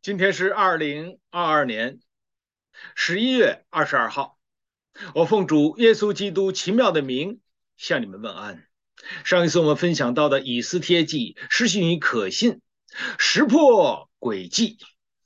今天是2022年11月22号，我奉主耶稣基督奇妙的名向你们问安。上一次我们分享到的以斯帖记失信与可信，识破诡计，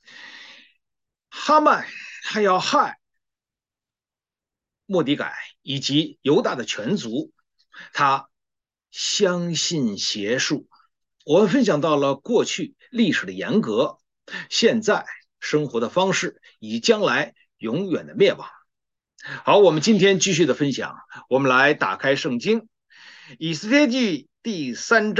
哈曼还要害莫迪改以及犹大的全族，他相信邪术。我们分享到了过去历史的严格，现在生活的方式，以及将来永远的灭亡。好，我们今天继续的分享，我们来打开圣经以斯帖记第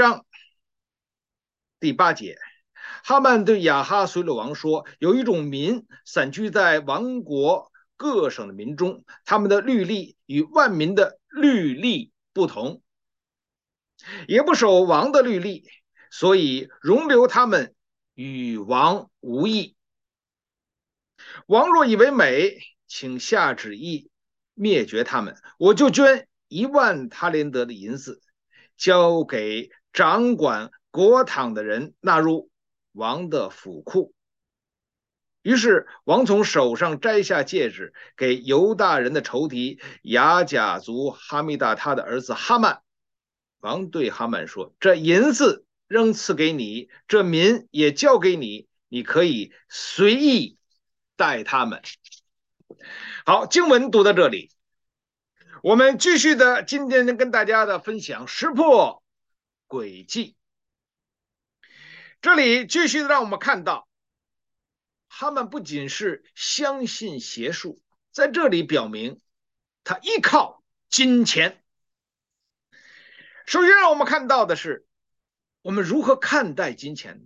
3章第8节。哈曼对亚哈随鲁王说：“有一种民散居在王国各省的民中，他们的律例与万民的律例不同，也不守王的律例，所以容留他们与王无异。王若以为美，请下旨意灭绝他们，我就捐1万他连德的银子，交给掌管国帑的人，纳入王的府库。”于是王从手上摘下戒指，给犹大人的仇敌雅甲族哈密大他的儿子哈曼。王对哈曼说：“这银子仍赐给你，这民也交给你，你可以随意待他们。”好，经文读到这里，我们继续的今天跟大家的分享识破诡计。这里继续的让我们看到，他们不仅是相信邪术，在这里表明他依靠金钱。首先让我们看到的是，我们如何看待金钱？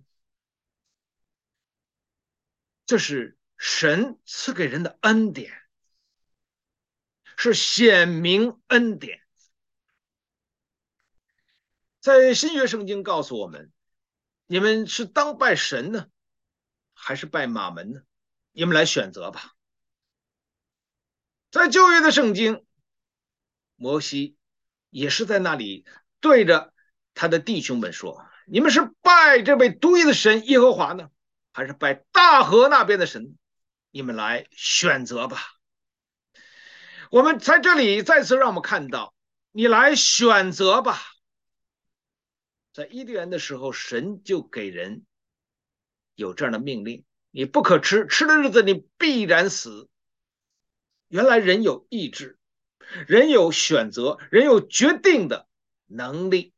这是神赐给人的恩典，是显明恩典。在新约圣经告诉我们，你们是当拜神呢，还是拜马门呢？你们来选择吧。在旧约的圣经，摩西也是在那里对着他的弟兄们说：“你们是拜这位独一的神耶和华呢，还是拜大河那边的神？你们来选择吧。”我们在这里再次让我们看到，你来选择吧。在伊甸园的时候，神就给人有这样的命令：你不可吃，吃的日子你必然死。原来人有意志，人有选择，人有决定的能力。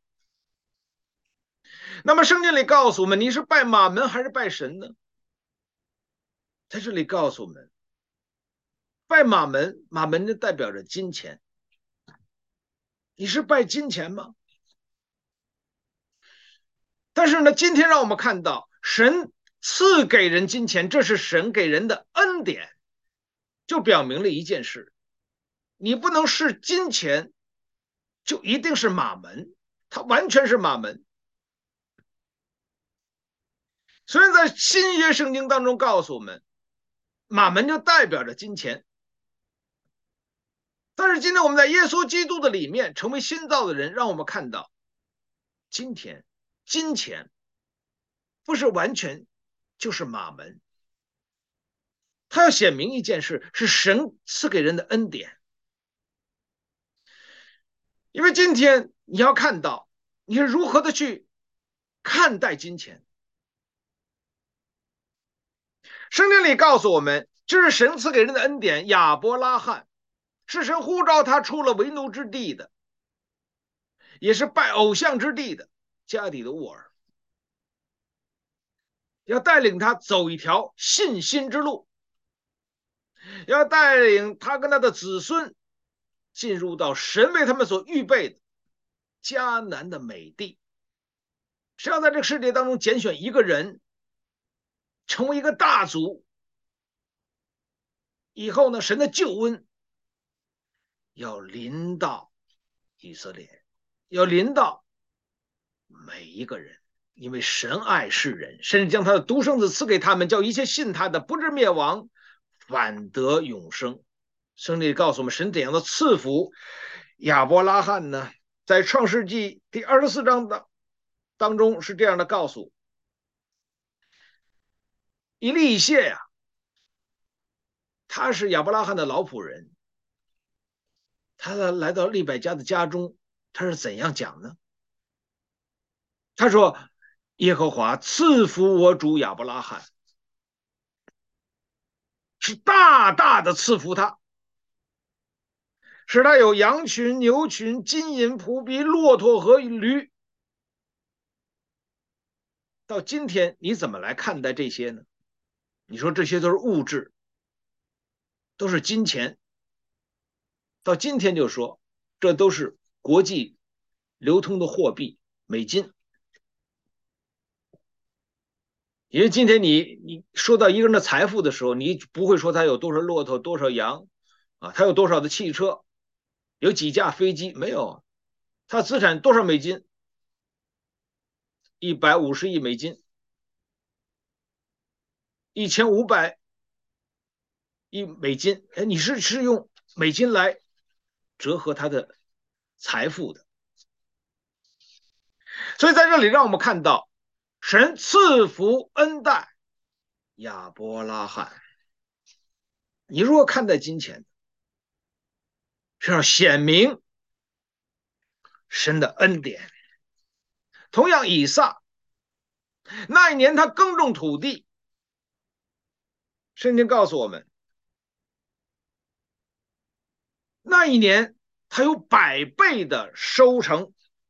那么圣经里告诉我们，你是拜马门还是拜神呢？在这里告诉我们，拜马门，马门就代表着金钱。你是拜金钱吗？但是呢，今天让我们看到，神赐给人金钱，这是神给人的恩典，就表明了一件事：你不能视金钱就一定是马门，它完全是马门。虽然在新约圣经当中告诉我们，马门就代表着金钱，但是今天我们在耶稣基督的里面成为新造的人，让我们看到，今天金钱不是完全就是马门，他要显明一件事，是神赐给人的恩典。因为今天你要看到你是如何的去看待金钱。圣经里告诉我们，这是神赐给人的恩典。亚伯拉罕是神呼召他出了为奴之地的，也是拜偶像之地的加底的乌尔，要带领他走一条信心之路，要带领他跟他的子孙进入到神为他们所预备的迦南的美地。是要在这个世界当中拣选一个人，成为一个大族，以后呢，神的救恩要临到以色列，要临到每一个人。因为神爱世人，甚至将他的独生子赐给他们，叫一切信他的不至灭亡，反得永生。圣经告诉我们，神怎样的赐福亚伯拉罕呢？在创世纪第24章当中是这样的告诉： 以利谢呀，他是亚伯拉罕的老仆人，他来到利百加的家中，他是怎样讲呢？他说：耶和华赐福我主亚伯拉罕，是大大的赐福他，使他有羊群、牛群、金银仆婢、骆驼和驴。到今天你怎么来看待这些呢？你说这些都是物质，都是金钱。到今天就说这都是国际流通的货币，美金。因为今天你说到一个人的财富的时候，你不会说他有多少骆驼、多少羊啊，他有多少的汽车，有几架飞机，没有，他资产多少美金？150亿美金，1500亿美金。哎，你是用美金来折合他的财富的。所以在这里让我们看到，神赐福恩待亚伯拉罕。你如果看待金钱，是要显明神的恩典。同样，以撒那一年他耕种土地，圣经告诉我们，那一年他有100倍的收成。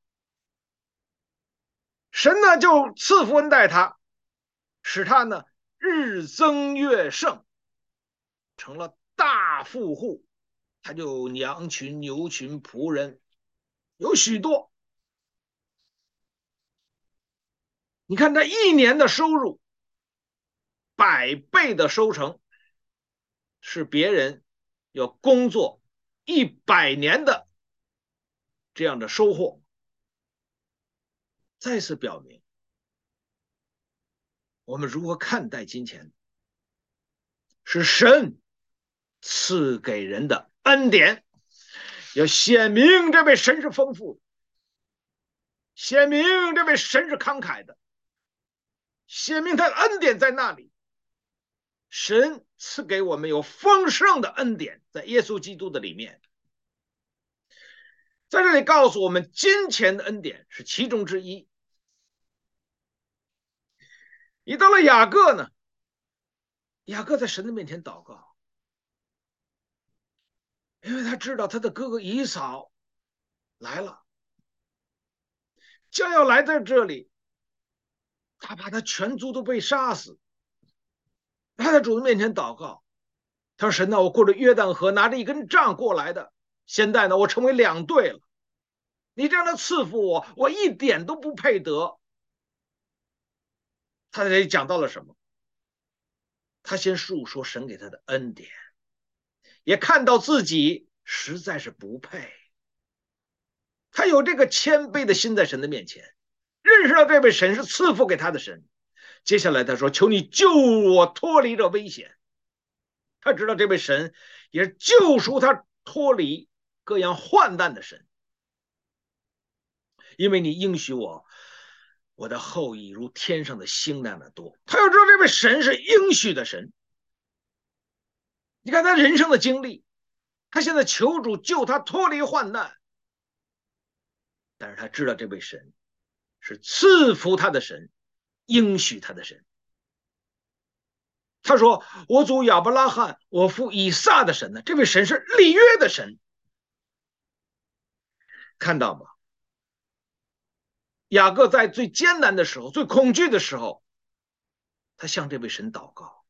神呢就赐福恩待他，使他呢日增月盛，成了大富户。他就羊群、牛群、仆人有许多。你看他一年的收入100倍的收成，是别人要工作100年的这样的收获。再次表明我们如何看待金钱，是神赐给人的恩典，要显明这位神是丰富的，显明这位神是慷慨的，显明他的恩典在那里。神赐给我们有丰盛的恩典，在耶稣基督的里面。在这里告诉我们，金钱的恩典是其中之一。你到了雅各呢，雅各在神的面前祷告，因为他知道他的哥哥以扫来了，将要来在这里，他怕他全族都被杀死。他在主的面前祷告，他说：神呢，我过着约旦河，拿着一根杖过来的，现在呢，我成为2队了。你这样的赐福我，我一点都不配得。他在这里讲到了什么？他先述说神给他的恩典，也看到自己实在是不配。他有这个谦卑的心在神的面前，认识到这位神是赐福给他的神。接下来他说：求你救我脱离这危险。他知道这位神也是救赎他脱离各样患难的神，因为你应许我，我的后裔如天上的星那样的多。他要知道这位神是应许的神。你看他人生的经历，他现在求主救他脱离患难，但是他知道这位神是赐福他的神，应许他的神。他说：我祖亚伯拉罕，我父以撒的神呢？这位神是立约的神。看到吗？雅各在最艰难的时候，最恐惧的时候，他向这位神祷告。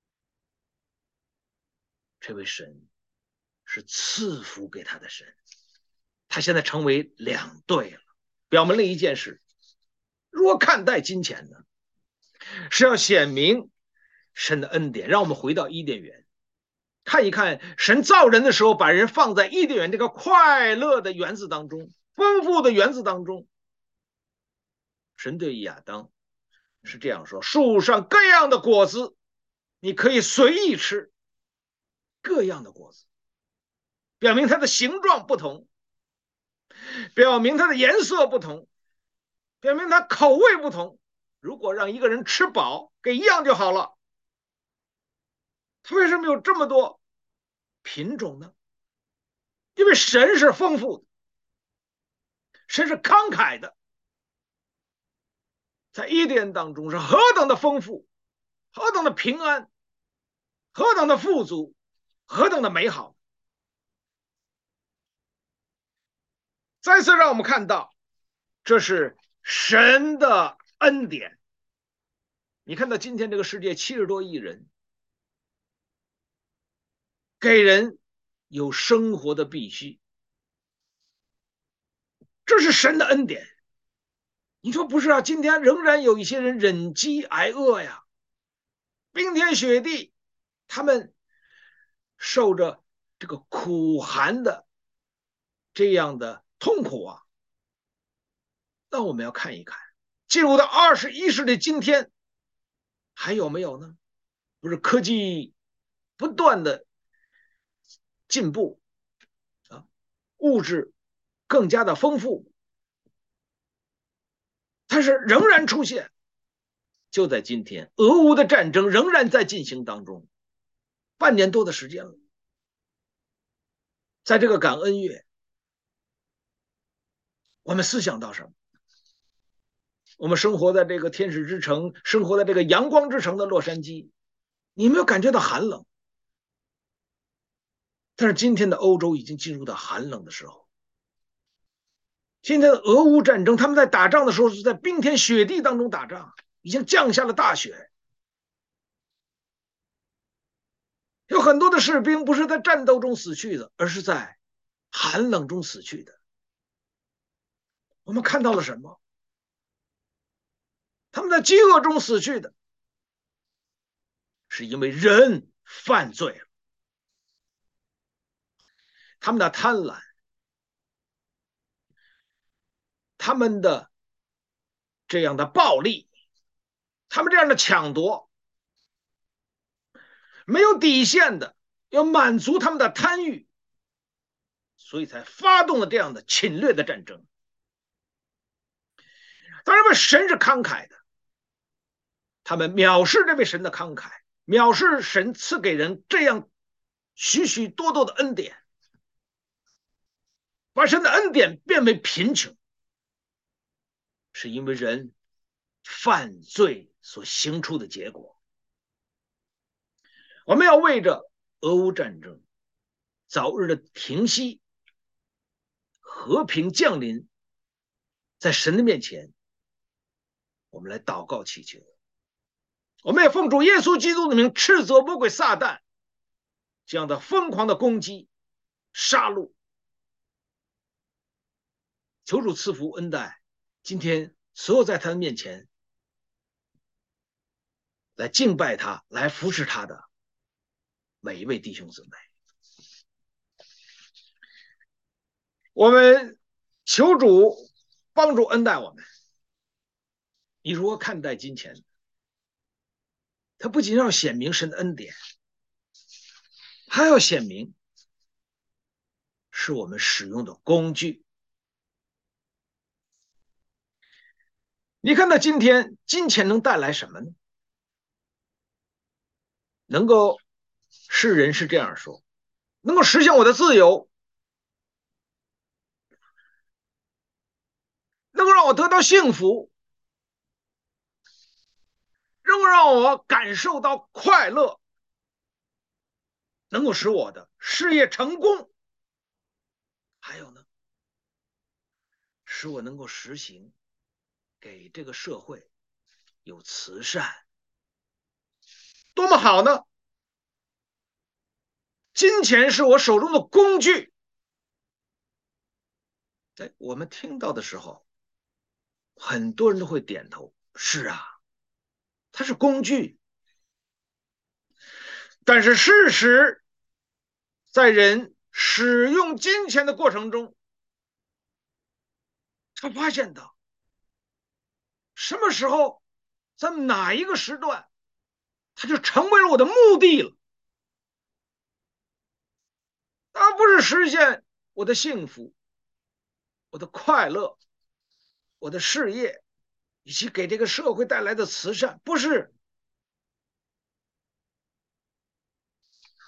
这位神是赐福给他的神，他现在成为2队了，表明了一件事：如何看待金钱呢？是要显明神的恩典。让我们回到伊甸园，看一看神造人的时候，把人放在伊甸园这个快乐的园子当中，丰富的园子当中。神对亚当是这样说：树上各样的果子你可以随意吃，各样的果子，表明它的形状不同，表明它的颜色不同，表明它口味不同。如果让一个人吃饱，给一样就好了。 它为什么有这么多品种呢？因为神是丰富的，神是慷慨的，在伊甸当中是何等的丰富，何等的平安，何等的富足，何等的美好。再次让我们看到，这是神的恩典。你看到今天这个世界70多亿人，给人有生活的必须，这是神的恩典。你说不是啊？今天仍然有一些人忍饥挨饿呀，冰天雪地，他们受着这个苦寒的这样的痛苦啊。那我们要看一看，进入到21世纪今天，还有没有呢？不是科技不断的进步啊，物质更加的丰富，但是仍然出现。就在今天，俄乌的战争仍然在进行当中，半年多的时间了。在这个感恩月，我们思想到什么？我们生活在这个天使之城，生活在这个阳光之城的洛杉矶，你有没有感觉到寒冷？但是今天的欧洲已经进入到寒冷的时候。今天的俄乌战争，他们在打仗的时候是在冰天雪地当中打仗，已经降下了大雪。有很多的士兵不是在战斗中死去的，而是在寒冷中死去的。我们看到了什么？他们在饥饿中死去的，是因为人犯罪了。他们的贪婪，他们的这样的暴力，他们这样的抢夺，没有底线的要满足他们的贪欲，所以才发动了这样的侵略的战争。当然，神是慷慨的，他们藐视这位神的慷慨，藐视神赐给人这样许许多多的恩典，把神的恩典变为贫穷，是因为人犯罪所行出的结果。我们要为着俄乌战争早日的停息，和平降临，在神的面前，我们来祷告祈求。我们也奉主耶稣基督的名斥责魔鬼撒旦这样的疯狂的攻击、杀戮，求主赐福恩待今天所有在他的面前来敬拜他、来服侍他的每一位弟兄姊妹。我们求主帮助恩待我们。你如何看待金钱？它不仅要显明神的恩典，还要显明是我们使用的工具。你看到今天金钱能带来什么呢？能够，世人是这样说，能够实现我的自由，能够让我得到幸福，能够让我感受到快乐，能够使我的事业成功，还有呢，使我能够实行给这个社会有慈善，多么好呢？金钱是我手中的工具。我们听到的时候，很多人都会点头，是啊，它是工具。但是事实，在人使用金钱的过程中，他发现到什么时候，在哪一个时段，它就成为了我的目的了，而不是实现我的幸福、我的快乐、我的事业，以及给这个社会带来的慈善，不是。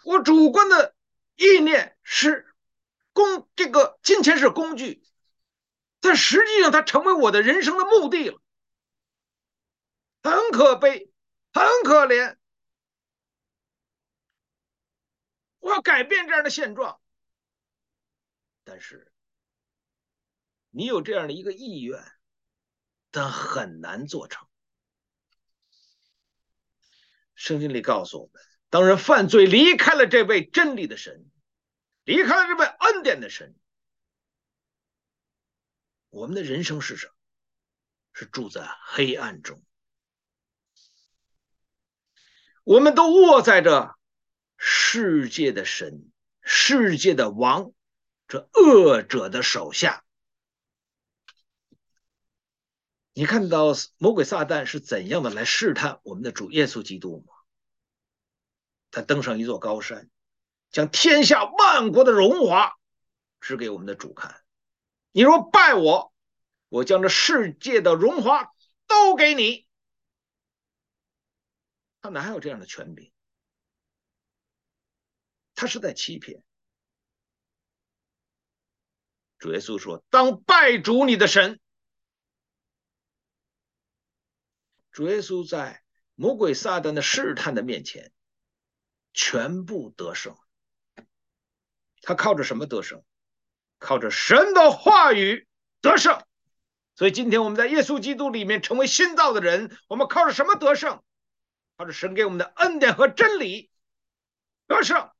我主观的意念是这个金钱是工具，但实际上它成为我的人生的目的了，很可悲，很可怜。我要改变这样的现状，但是你有这样的一个意愿，但很难做成。圣经里告诉我们，当人犯罪离开了这位真理的神，离开了这位恩典的神，我们的人生是什么？是住在黑暗中。我们都握在这世界的神、世界的王、这恶者的手下。你看到魔鬼撒旦是怎样的来试探我们的主耶稣基督吗？他登上一座高山，将天下万国的荣华指给我们的主看。你若拜我，我将这世界的荣华都给你。他哪有这样的权柄？他是在欺骗。主耶稣说：“当拜主你的神。”主耶稣在魔鬼撒旦的试探的面前，全部得胜。他靠着什么得胜？靠着神的话语得胜。所以今天我们在耶稣基督里面成为新造的人，我们靠着什么得胜？靠着神给我们的恩典和真理得胜。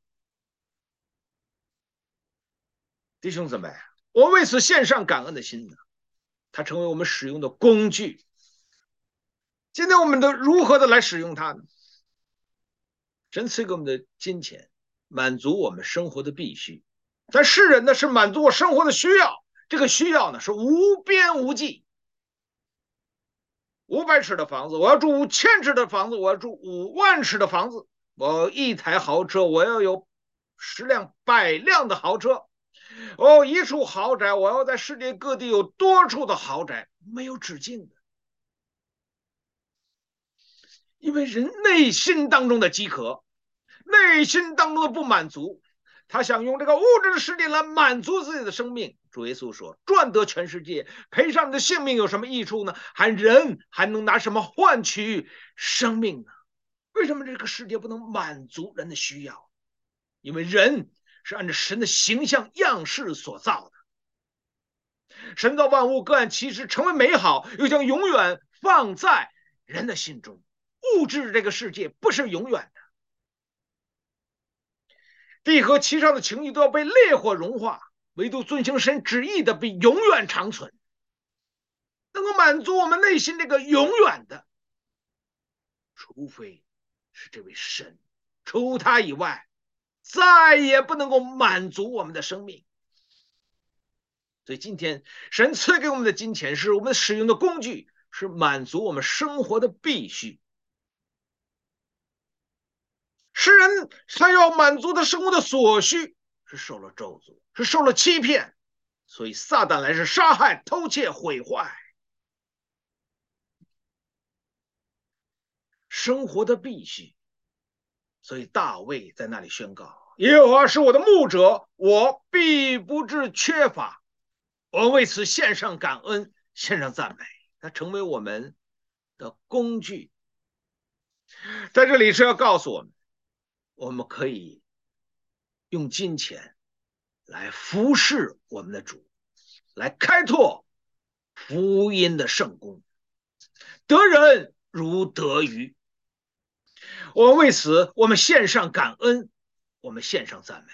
弟兄姊妹，我为此献上感恩的心呢。它成为我们使用的工具。今天我们都如何的来使用它呢？神赐给我们的金钱，满足我们生活的必须。但世人呢，是满足我生活的需要。这个需要呢，是无边无际。500尺的房子，我要住5000尺的房子，我要住5万尺的房子，我要一台豪车，我要有10辆、100辆的豪车。哦，一处豪宅，我要在世界各地有多处的豪宅，没有止境的。因为人内心当中的饥渴，内心当中的不满足，他想用这个物质的世界来满足自己的生命。主耶稣说：“赚得全世界，赔上你的性命有什么益处呢？人还能拿什么换取生命呢？”为什么这个世界不能满足人的需要？因为人是按照神的形象样式所造的。神造万物各按其时成为美好，又将永远放在人的心中。物质这个世界不是永远的，地和其上的情欲都要被烈火融化，唯独遵行神旨意的必永远长存。能够满足我们内心这个永远的，除非是这位神，除他以外再也不能够满足我们的生命。所以今天神赐给我们的金钱是我们使用的工具，是满足我们生活的必须。世人他要满足他生活的所需，是受了咒诅，是受了欺骗，所以撒旦来是杀害、偷窃、毁坏生活的必须。所以大卫在那里宣告：耶和华是我的牧者，我必不致缺乏。我为此献上感恩，献上赞美，它成为我们的工具。在这里是要告诉我们，我们可以用金钱来服侍我们的主，来开拓福音的圣功，得人如得鱼。我们为此，我们献上感恩，我们献上赞美。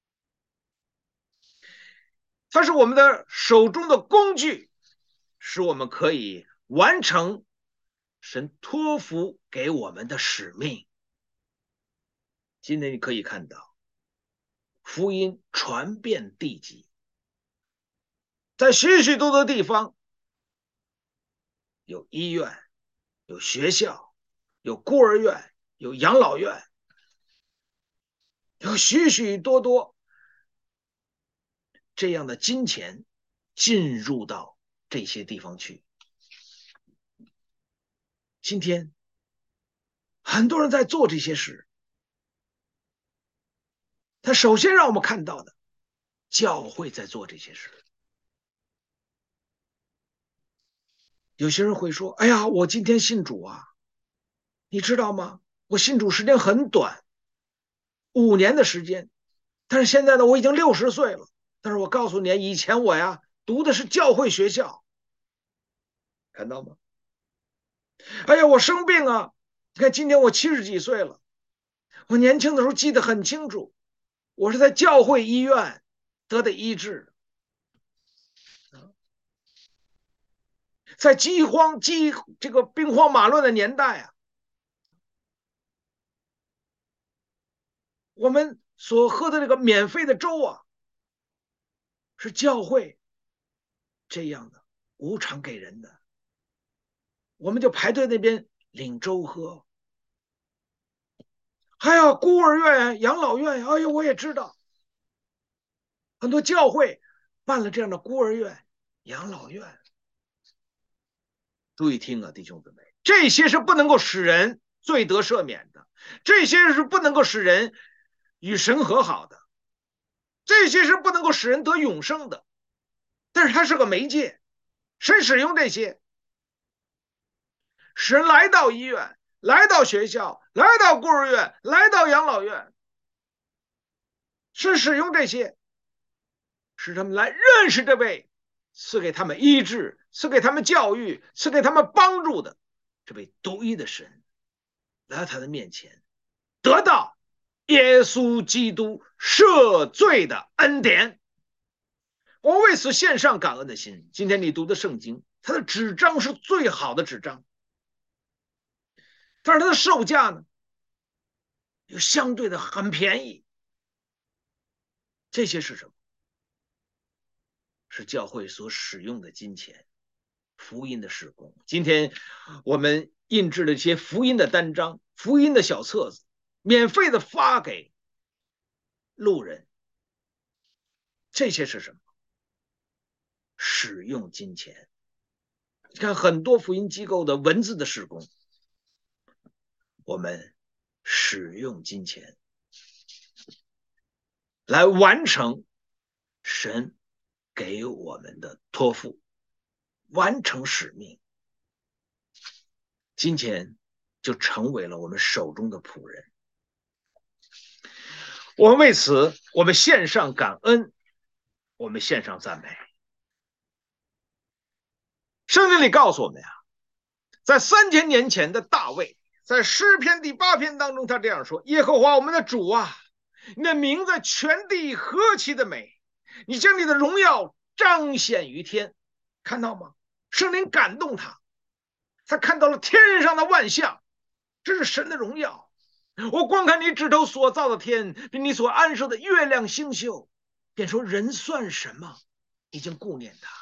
它是我们的手中的工具，使我们可以完成神托付给我们的使命。今天你可以看到，福音传遍地极，在许许多多地方，有医院，有学校，有孤儿院，有养老院，有许许多多这样的金钱进入到这些地方去。今天很多人在做这些事， 他首先让我们看到的，教会在做这些事。有些人会说：“哎呀，我今天信主啊，你知道吗？我信主时间很短，5年的时间。但是现在呢，我已经60岁了。但是我告诉你，以前我呀读的是教会学校，看到吗？哎呀，我生病啊！你看今天我70几岁了，我年轻的时候记得很清楚，我是在教会医院得的医治，在这个兵荒马乱的年代啊，我们所喝的这个免费的粥啊，是教会这样的无偿给人的，我们就排队那边领粥喝。还有孤儿院、养老院，哎呦，我也知道很多教会办了这样的孤儿院、养老院。注意听啊，弟兄姊妹，这些是不能够使人罪得赦免的，这些是不能够使人与神和好的，这些是不能够使人得永生的。但是它是个媒介，神使用这些，使人来到医院，来到学校，来到孤儿院，来到养老院，是使用这些，使他们来认识这位赐给他们医治、赐给他们教育、赐给他们帮助的这位独一的神，来到他的面前，得到耶稣基督赦罪的恩典。我为此献上感恩的心。今天你读的圣经，它的纸张是最好的纸张，但是它的售价呢，又相对的很便宜。这些是什么？是教会所使用的金钱，福音的事工。今天我们印制了一些福音的单张、福音的小册子，免费的发给路人。这些是什么？使用金钱。你看很多福音机构的文字的事工，我们使用金钱来完成神给我们的托付，完成使命。金钱就成为了我们手中的仆人。我们为此，我们献上感恩，我们献上赞美。圣经里告诉我们呀，在3000年前的大卫，在诗篇第8篇当中，他这样说：耶和华我们的主啊，你的名在全地何其的美，你将你的荣耀彰显于天。看到吗？圣灵感动他，他看到了天上的万象，这是神的荣耀。我观看你指头所造的天，比你所安设的月亮星宿，便说人算什么？已经顾念他。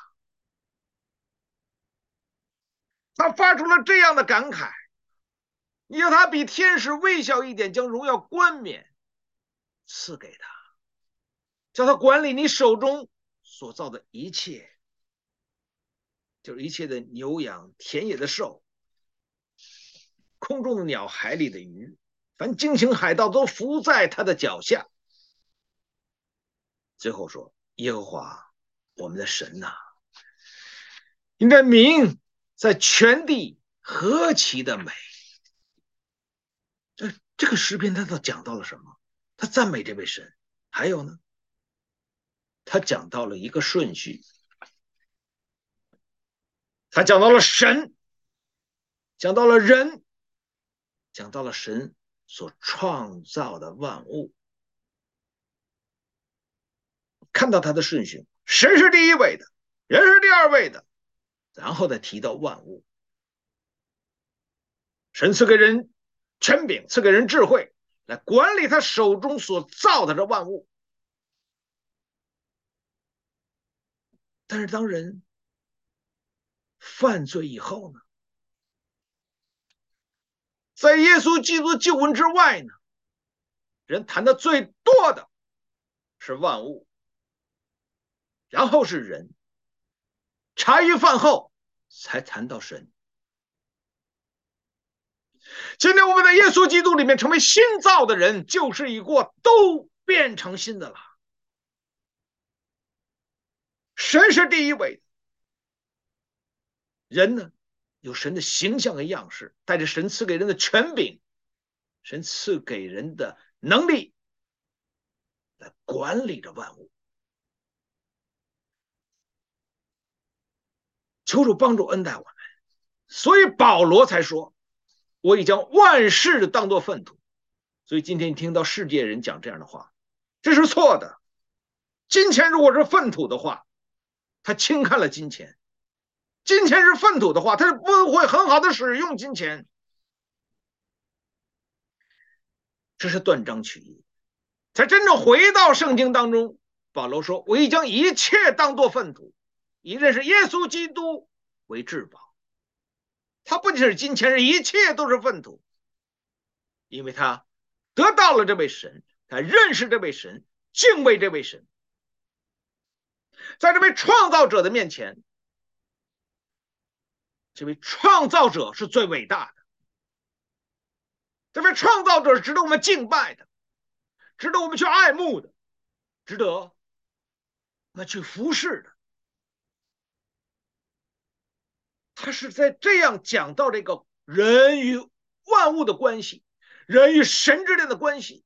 他发出了这样的感慨：你要他比天使微小一点，将荣耀冠冕赐给他，叫他管理你手中所造的一切，就是一切的牛羊、田野的兽、空中的鸟、海里的鱼，凡惊禽海盗都伏在他的脚下。最后说：耶和华我们的神呐，你的名在全地何其的美。这个诗篇他都讲到了什么？他赞美这位神。还有呢，他讲到了一个顺序，他讲到了神，讲到了人，讲到了神所创造的万物。看到他的顺序，神是第一位的，人是第二位的，然后再提到万物。神赐给人权柄，赐给人智慧，来管理他手中所造的这万物。但是当人犯罪以后呢，在耶稣基督救恩之外呢，人谈的最多的是万物，然后是人，茶余饭后才谈到神。今天我们在耶稣基督里面成为新造的人，旧事已过，都变成新的了。神是第一位，人呢有神的形象和样式，带着神赐给人的权柄，神赐给人的能力，来管理着万物。求主帮助恩待我们，所以保罗才说：“我已将万事当作粪土。”所以今天你听到世界人讲这样的话，这是错的。金钱如果是粪土的话，他轻看了金钱；金钱是粪土的话，他是不会很好的使用金钱。这是断章取义。才真正回到圣经当中，保罗说：“我已将一切当作粪土，以认识耶稣基督为至宝。”他不仅是金钱，是一切都是粪土，因为他得到了这位神，他认识这位神，敬畏这位神。在这位创造者的面前，这位创造者是最伟大的，这位创造者是值得我们敬拜的，值得我们去爱慕的，值得我们去服侍的。他是在这样讲到这个人与万物的关系，人与神之间的关系。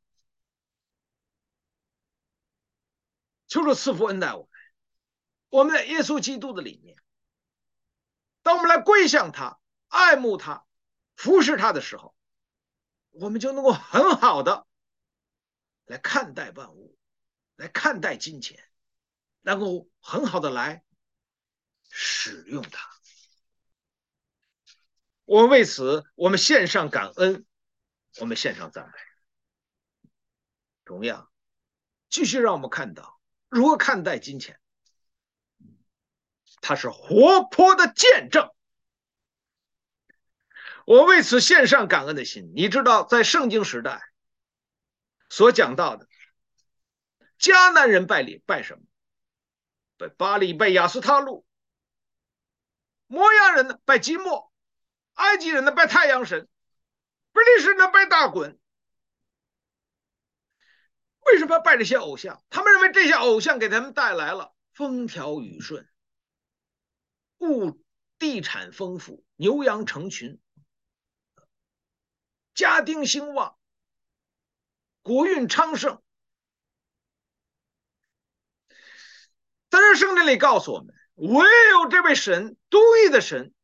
求主赐福恩待我们。我们在耶稣基督的里面，当我们来归向他、爱慕他、服侍他的时候，我们就能够很好的来看待万物，来看待金钱，能够很好的来使用它。我们为此，我们献上感恩，我们献上赞美。同样，继续让我们看到如何看待金钱。它是活泼的见证。我为此献上感恩的心。你知道，在圣经时代所讲到的，迦南人拜什么？拜巴力，拜亚斯他路；摩押人呢拜基莫；埃及人呢拜太阳神；比利时人呢拜大衮。为什么要拜这些偶像？他们认为这些偶像给他们带来了风调雨顺、地产丰富、牛羊成群、家丁兴旺、国运昌盛。但是圣经里告诉我们，唯有这位神，独一的神，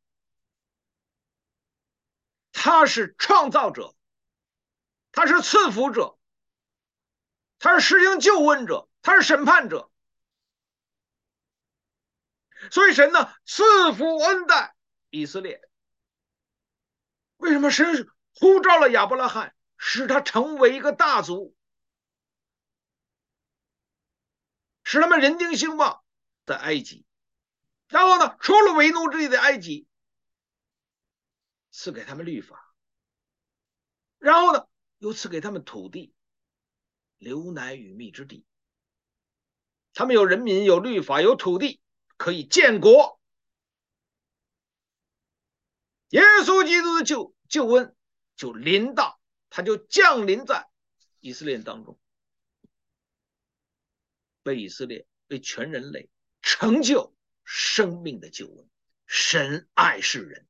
他是创造者，他是赐福者，他是施行救恩者，他是审判者。所以神呢，赐福恩待以色列。为什么神呼召了亚伯拉罕，使他成为一个大族，使他们人丁兴旺在埃及？然后呢，除了为奴之地的埃及，赐给他们律法，然后呢，又赐给他们土地，流奶与蜜之地。他们有人民，有律法，有土地，可以建国。耶稣基督的救恩就临到，他就降临在以色列当中，为以色列，为全人类成就生命的救恩。神爱世人，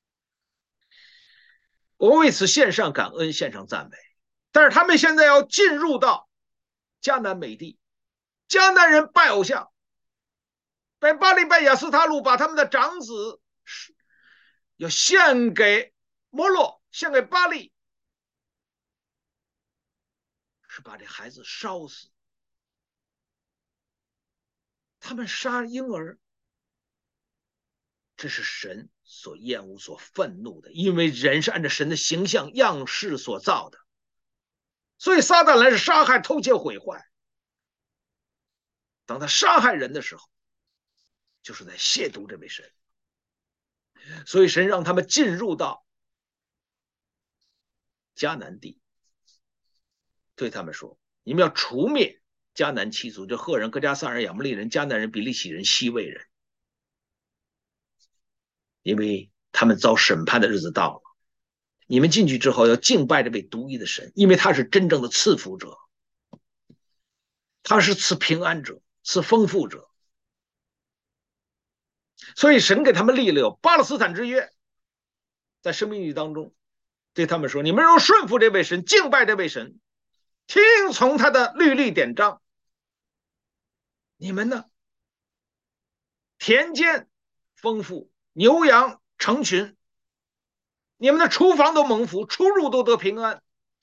我为此献上感恩，献上赞美。但是他们现在要进入到迦南美地，迦南人拜偶像，拜巴力，拜亚斯他路，把他们的长子要献给摩洛，献给巴力，是把这孩子烧死。他们杀婴儿，这是神所厌恶、所愤怒的，因为人是按照神的形象样式所造的，所以撒旦来是杀害、偷窃、毁坏。当他杀害人的时候，就是在亵渎这位神。所以神让他们进入到迦南地，对他们说：“你们要除灭迦南七族，就赫人、哥迦撒人、亚摩利人、迦南人、比利洗人、西魏人，因为他们遭审判的日子到了。你们进去之后要敬拜这位独一的神，因为他是真正的赐福者。 他是赐平安者，赐丰富者。所以神给他们立了有巴勒斯坦之约，在生命记当中对他们说：你们要顺服这位神，敬拜这位神，听从他的律例典章。你们呢，田间丰富，牛羊成群，你们的厨房都蒙福，出入都得平安。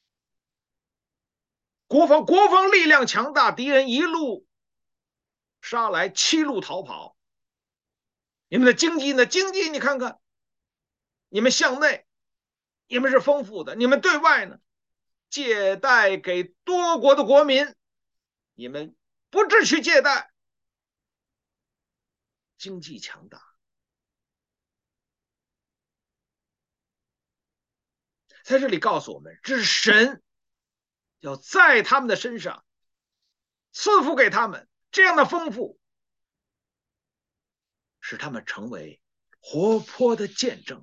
国防力量强大，敌人一路杀来，七路逃跑。你们的经济呢？经济你看看，你们向内，你们是丰富的；你们对外呢，借贷给多国的国民，你们不只去借贷，经济强大。在这里告诉我们，这是神要在他们的身上赐福给他们这样的丰富，使他们成为活泼的见证。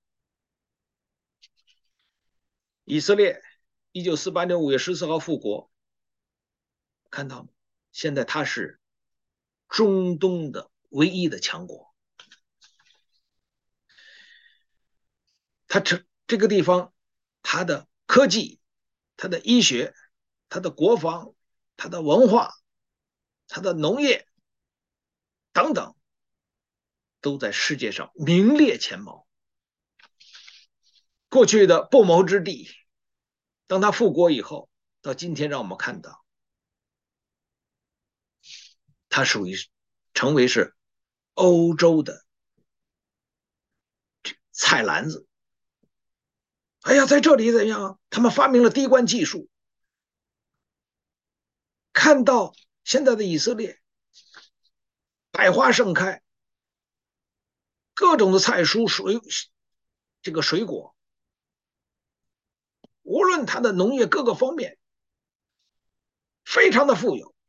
以色列1948年5月14号复国，看到吗？现在他是中东的唯一的强国。他这个地方，他的科技、他的医学、他的国防、他的文化、他的农业等等，都在世界上名列前茅。过去的不毛之地，当他复国以后，到今天让我们看到，他属于成为是欧洲的菜篮子。哎呀，在这里怎样？他们发明了滴灌技术，看到现在的以色列百花盛开，各种的菜蔬水果，无论它的农业各个方面，非常的富有。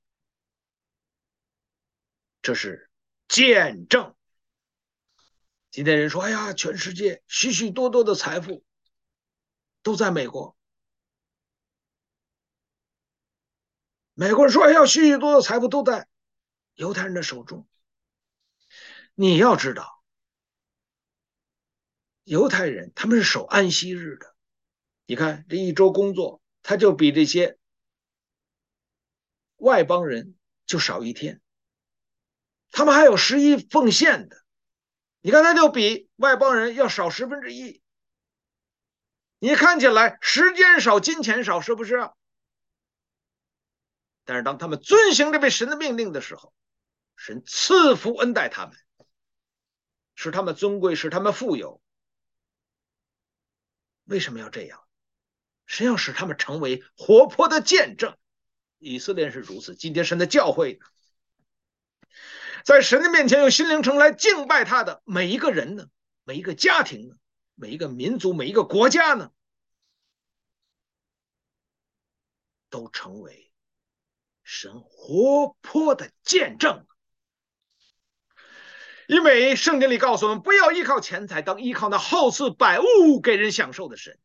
这是见证。今天人说，哎呀，全世界许许多多的财富都在美国。美国人说，哎呀，许许多多的财富都在犹太人的手中。你要知道，犹太人他们是守安息日的。你看这一周工作，他就比这些外邦人就少一天。他们还有11奉献的，你看他就比外邦人要少1/10。你看起来时间少，金钱少，是不是？但是当他们遵行这位神的命令的时候，神赐福恩待他们，使他们尊贵，使他们富有。为什么要这样？神要使他们成为活泼的见证。以色列是如此，今天神的教会在神的面前用心灵诚来敬拜他的每一个人呢，每一个家庭呢，每一个民族，每一个国家呢，都成为神活泼的见证。因为圣经里告诉我们，不要依靠钱财，当依靠那厚赐百物给人享受的神。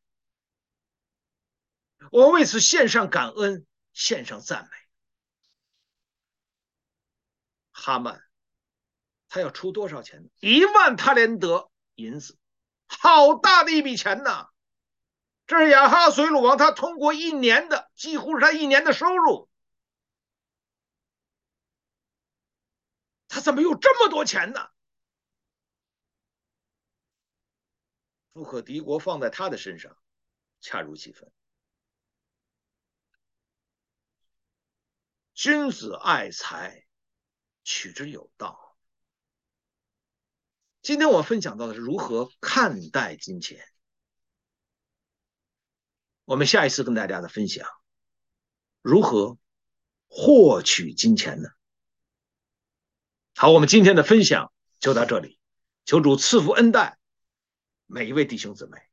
我们为此献上感恩，献上赞美。哈曼他要出多少钱？1万塔连德银子，好大的一笔钱呐！这是亚哈随鲁王他通过一年的，几乎是他一年的收入。他怎么有这么多钱呢？富可敌国放在他的身上，恰如其分。君子爱财，取之有道。今天我分享到的是如何看待金钱。我们下一次跟大家的分享，如何获取金钱呢？好，我们今天的分享就到这里，求主赐福恩待每一位弟兄姊妹。